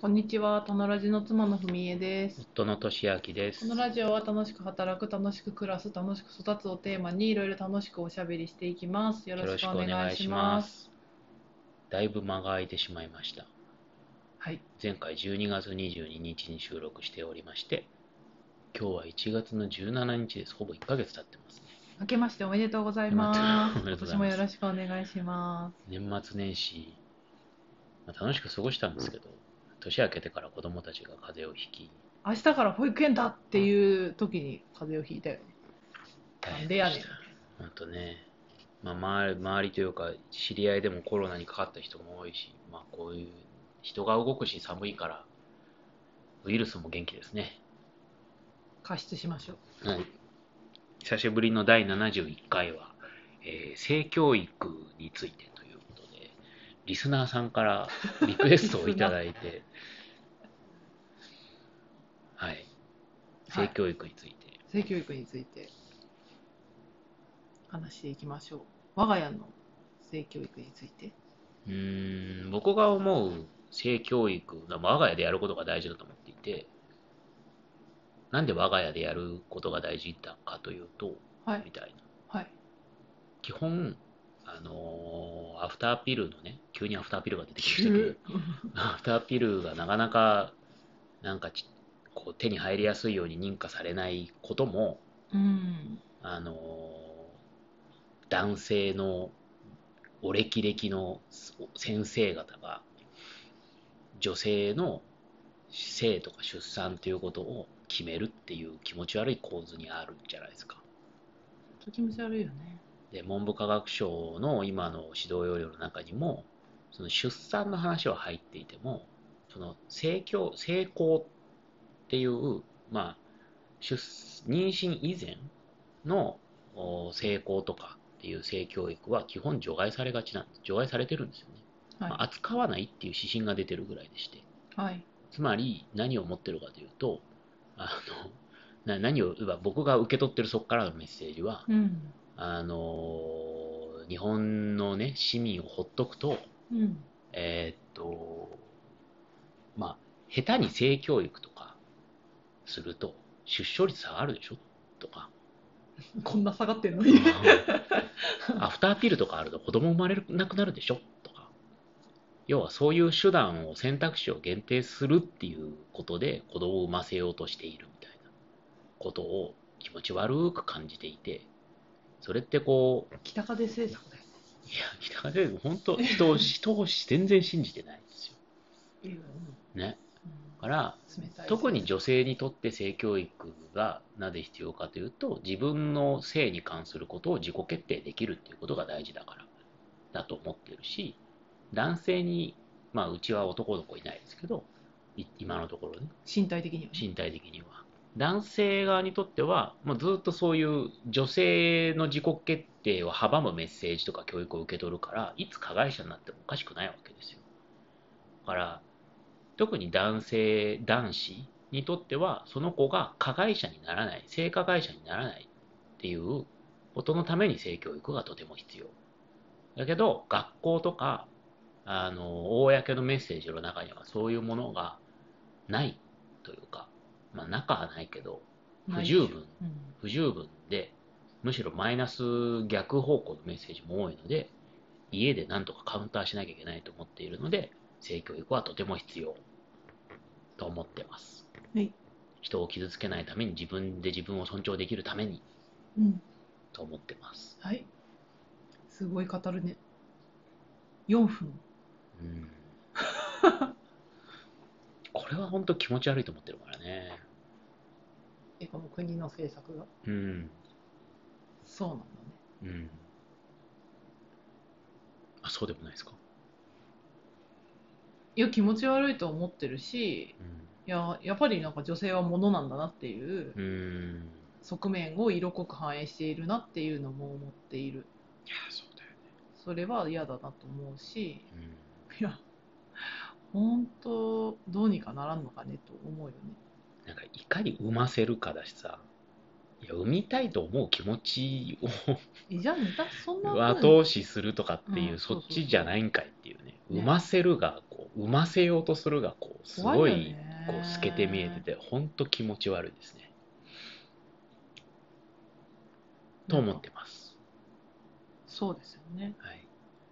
こんにちは、たのラジの妻のふみえです。 夫の俊明でこのす。 ラジオは楽しく働く、楽しく暮らす、楽しく育つをテーマにいろいろ楽しくおしゃべりしていきます。よろしくよろしくおお願いし願いします。 ます。だいぶ間が空いてしまいました。 はい。 前回12月22日に収録しておりまして、今日は1月の17日です。ほぼ1ヶ月経ってますね。 明けましておめでとうございおめます。 で今とうございます。 年もよろしくお願いします。 年末年始、楽しく過ごしたんですけど、年明けてから子供たちが風邪をひき、 明日から保育園だっていう時に風邪をひいたよね。 大なん変でした。 でやねんみたいほんとね、周りというか、知り合いでもコロナにかかった人も多いし、こういう人が動くし寒いから、ウイルスも元気ですね。 な。加湿しましょう。 はい。久しぶりの第71回は、性教育についてということで、リスナーさんからリクエストをいただいて、はい、 はい。 性教育について。 性教育について話していきましょう。我が家の性教育について。 僕が思う性教育、我が家でやることが大事だと思っていて、なんで我が家でやることが大事だかというと、 はい。 みたいな。 はい。 基本、アフターピルのね、急にアフターピルが出てきましたけど、 急。 アフターピルがなかなかなんかこう手に入りやすいように認可されないことも、 うん。 あの男性のお歴々の先生方が女性の性とか出産ということを決めるっていう気持ち悪い構図にあるんじゃないですか。 と気持ち悪いよね。 で、文部科学省の今の指導要領の中にも、その出産の話は入っていても、その性交っていう、まあ、妊娠以前の性交とかっていう性教育は基本除外されがちなんです。除外されてるんですよね。 はい。 扱わないっていう指針が出てるぐらいでして。 はい。 つまり何を思ってるかというと、あ何を、僕が受け取ってるそこからのメッセージは、 うん。 日本のね、市民をほっとくと、 うん。 えーっと、まあ、下手に性教育とかすると出生率下がるでしょとか、 こんな下がってんのに。 アフターピルとかあると子供生まれなくなるでしょとか、要はそういう手段を選択肢を限定するっていうことで子供を産ませようとしているみたいなことを気持ち悪く感じていて、それってこう、 北風政策だよいや、北川先生、本当人を全然信じてないんですよ。 ね。 ね。 うん。 だから、 冷たい特に政策。 女性にとって性教育がなぜ必要かというと、自分の性に関することを自己決定できるっていうことが大事だからだと思ってるし、男性に、うちは男の子いないですけど、今のところね、 身体的にはね。 身体的には。男性側にとっては、ずっとそういう女性の自己決定を阻むメッセージとか教育を受け取るから、いつ加害者になってもおかしくないわけですよ。だから、特に男子にとっては、その子が加害者にならない、性加害者にならないっていうことのために性教育がとても必要。だけど、学校とか、公のメッセージの中にはそういうものがないというか、中はないけど、不ないでしょ。 十分、 うん。 不十分で、むしろマイナス逆方向のメッセージも多いので、家でなんとかカウンターしなきゃいけないと思っているので、性教育はとても必要と思ってます。 はい。 人を傷つけないために自分で自分を尊重できるためにうん。 と思ってます。 はい。すごい語るね。4分。 うん。これは本当気持ち悪いと思ってるからね。 この国の政策が。 うん。 そうなんだね。 うん。そうでもないですか。 いや、気持ち悪いと思ってるし、 うん。 やっぱりなんか女性はものなんだなっていううーん。 側面を色濃く反映しているなっていうのも思っている。 いや、そうだよね。 それは嫌だなと思うし、 うん。 いや、本当どうにかならんのかねと思うよね。 なんかいかに産ませるかだしさ、 いや、産みたいと思う気持ちをじゃあそんな後押しするとかっていう、 うんそっちじゃないんかいっていうね。 ね産ませるが、産ませようとするが、す怖いよごい、透けて見えてね。 て、ほんと気持ち悪いですね。と思っなんかてます。 そうですよね。 はい。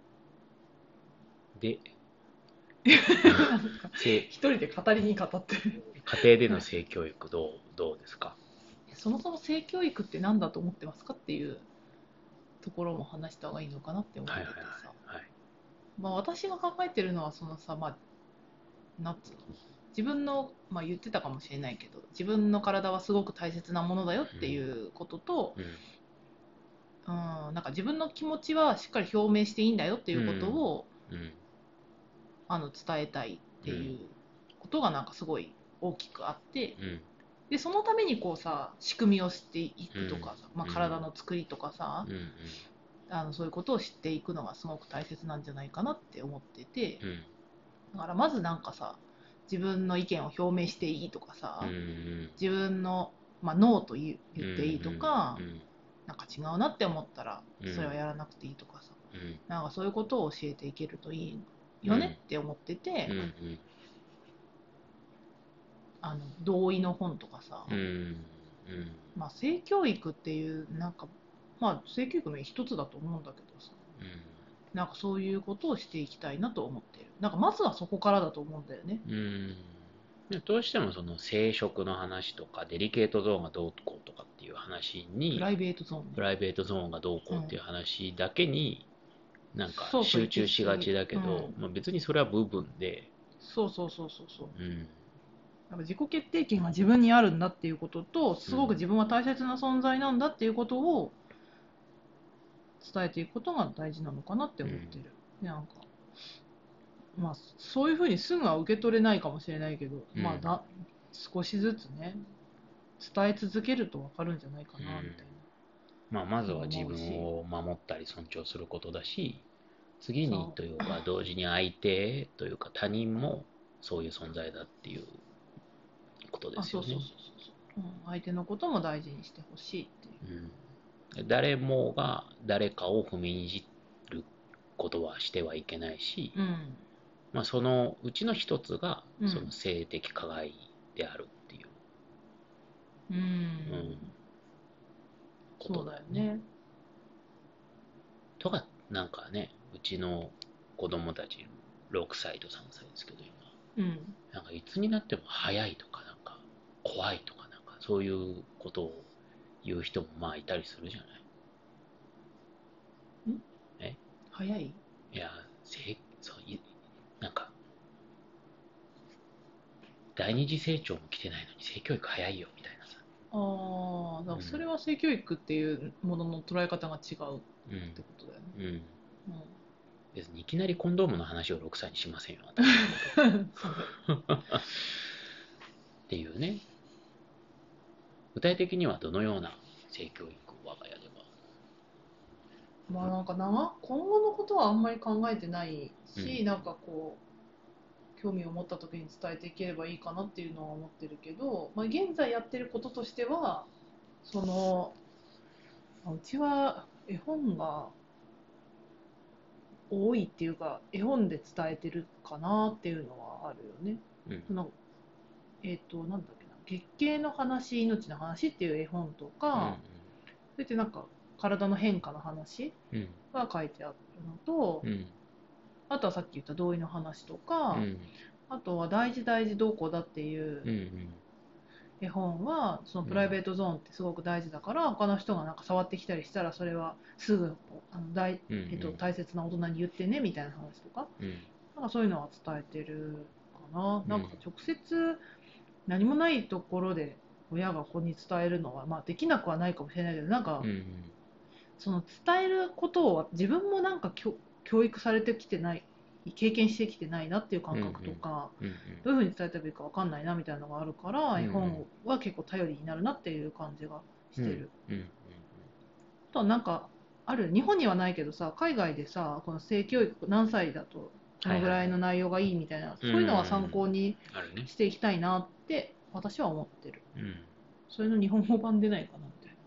で、 なんか性一人で語りに語ってる。 家庭での性教育どうですか？ そもそも性教育って何だと思ってますかっていうところも話した方がいいのかなって思っはいはいててさ、 はいはい。 まあ、私が考えてるのはそのさ、まあ、なんつうの、自分の、まあ、言ってたかもしれないけど、自分の体はすごく大切なものだよっていうことと、うん、なんか自分の気持ちはしっかり表明していいんだよっていうことを、 うんうん伝えたいってうんいうことがなんかすごい大きくあって、 うんでそのためにこうさ仕組みを知っていくとかさ、まあ、 うん体の作りとかさ、 うんうんそういうことを知っていくのがすごく大切なんじゃないかなって思ってて、 うんだからまずなんかさ、自分の意見を表明していいとかうんうさ、 ん自分の、まあ、ノーとうん言っていいとか、 うんなんか違うなって思ったらうんそれはやらなくていいとかさ、 うんなんかそういうことを教えていけるといいようんねって思ってて、 うん同意の本とかさ、 うんまあ、性教育っていうなんか、まあ、性教育の一つだと思うんだけどさ、なんかそういうことをしていきたいなと思ってる。なんかまずはそこからだと思うんだよね。 でどうしてもその生殖の話とかデリケートゾーンがどうこうとかっていう話に、 プライベートゾーンね。 プライベートゾーンがどうこうっていう話だけになんかそうそう、 集中しがちだけうん、 ど、まあ、別にそれは部分で、 そうそうそうそうそう。 うんなんか自己決定権が自分にあるんだっていうことと、すごくうん自分は大切な存在なんだっていうことを伝えていくことが大事なのかなって思ってる。なんか、まあ、そういうふうにすぐは受け取れないかもしれないけど、 うんまあ少しずつね、伝え続けると分かるんじゃないかなみたいまあ、まずなは自分思うし、 を守ったり尊重することだし、次にそというか同時に相手というか他人もそういう存在だっていうことですよね。 そうそうそうそう、相手のことも大事にしてほしいっていう。 誰もが誰かを踏みにじることはしてはいけないし、 うんまあ、そのうちの一つがうんその性的加害であるっていう、 うん、 ことそうだよだよね。 ね。 とか、なんかね、うちの子供たち6歳と3歳ですけど今、 うんなんかいつになっても早いとか、なんか怖いとか、なんかそういうことを言う人もまあいたりするじゃない。え早い。 いや、なんか、第二次成長も来てないのに性教育早いよみたいなさ。 ああ、だからそれは性教育っていうものの捉え方が違うっうんてことだよね。 うん。 うん別にいきなりコンドームの話を6歳にしませんよ、 そうっていうね。具体的にはどのような性教育を我が家では。 まあなんか今後のことはあんまり考えてないし、 うんなんかこう興味を持った時に伝えていければいいかなっていうのは思ってるけど、まあ、現在やってることとしてはそのうちは絵本が多いっていうか絵本で伝えてるかなっていうのはあるよね。 うんそのなんだっけな、月経の話、命の話っていう絵本とか、それでなんか体の変化の話うんが書いてあるのと、 うんあとはさっき言った同意の話とか、 うんあとは大事大事どうこうだっていううんうん絵本は、そのプライベートゾーンってすごく大事だから、他の人がなんか触ってきたりしたら、それはすぐ大切な大人に言ってねみたいな話とか、なんかそういうのは伝えてるかな。なんか直接何もないところで親が子に伝えるのは、まあ、できなくはないかもしれないけど、なんかその伝えることを自分もなんか教育されてきてない、経験してきてないなっていう感覚とか、どういうふうに伝えたらいいか分かんないなみたいなのがあるから、絵本は結構頼りになるなっていう感じがしてる。あとはなんかある、日本にはないけどさ、海外でさ、この性教育何歳だとこのぐらいの内容がいいみたいな、そういうのは参考にしていきたいなって私は思ってる。それの日本語版出ないかなみたいな。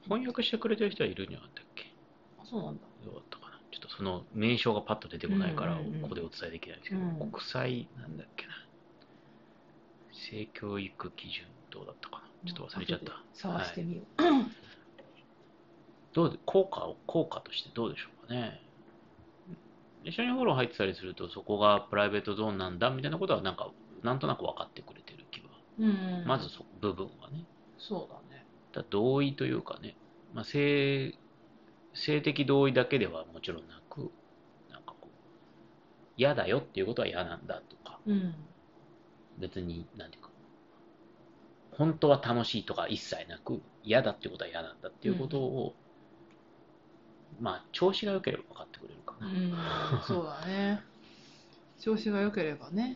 翻訳してくれてる人はいるんじゃなかったっけ？ あ、そうなんだ。 どうだったかな。ちょっとその名称がパッと出てこないから、 うんうんうん、 ここでお伝えできないんですけど、国際なんだっけな。性教育基準どうだったかな。ちょっと忘れちゃった。 探してみよう。はい、どうで効果としてどうでしょうかね。一緒にフォロー入ってたりすると、そこがプライベートゾーンなんだみたいなことはなんとなく分かってくれてる気は。まず部分はね。 そうだね。 同意というかね、まあ、性的同意だけではもちろんなく、なんかこう嫌だよっていうことは嫌なんだとか、別になんていうか本当は楽しいとか一切なく、嫌だっていうことは嫌なんだっていうことを、まあ調子が良ければ分かってくれるかな。 そうだね。調子が良ければね。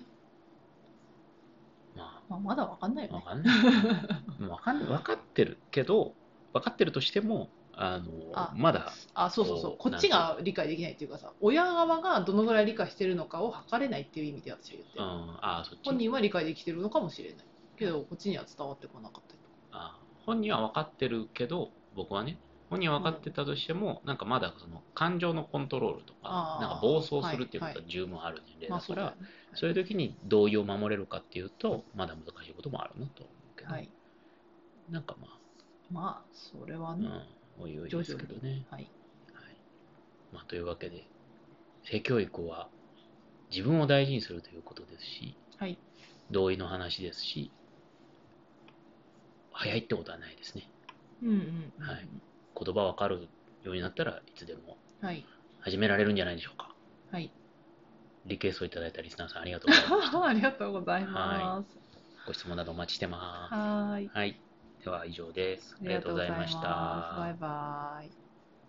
まあ、まだ分かんないよね。 分かってるけど、分かってるとしても、まだ。 そう。こっちが理解できないっていうかさ、親側がどのぐらい理解してるのかを測れないっていう意味で私は言ってる。本人は理解できてるのかもしれないけど、こっちには伝わってこなかったりとか。 本人は分かってるけど、僕はね、本人は分かってたとしても、なんかまだその感情のコントロールとか、なんか暴走するっていうことは十分ある年齢だから、そういう時に同意を守れるかっていうと、まだ難しいこともあるなと思うけど、なんかまあ、それはね、 おいおいですけどね。まあ、というわけで、性教育は自分を大事にするということですし、同意の話ですし、早いってことはないですね。言葉分かるようになったらいつでも始められるんじゃないでしょうか。リクエストいただいたリスナーさんありがとうございました。 ありがとうございます。 ご質問などお待ちしてます。 はい。 では以上です。ありがとうございました。 バイバイ。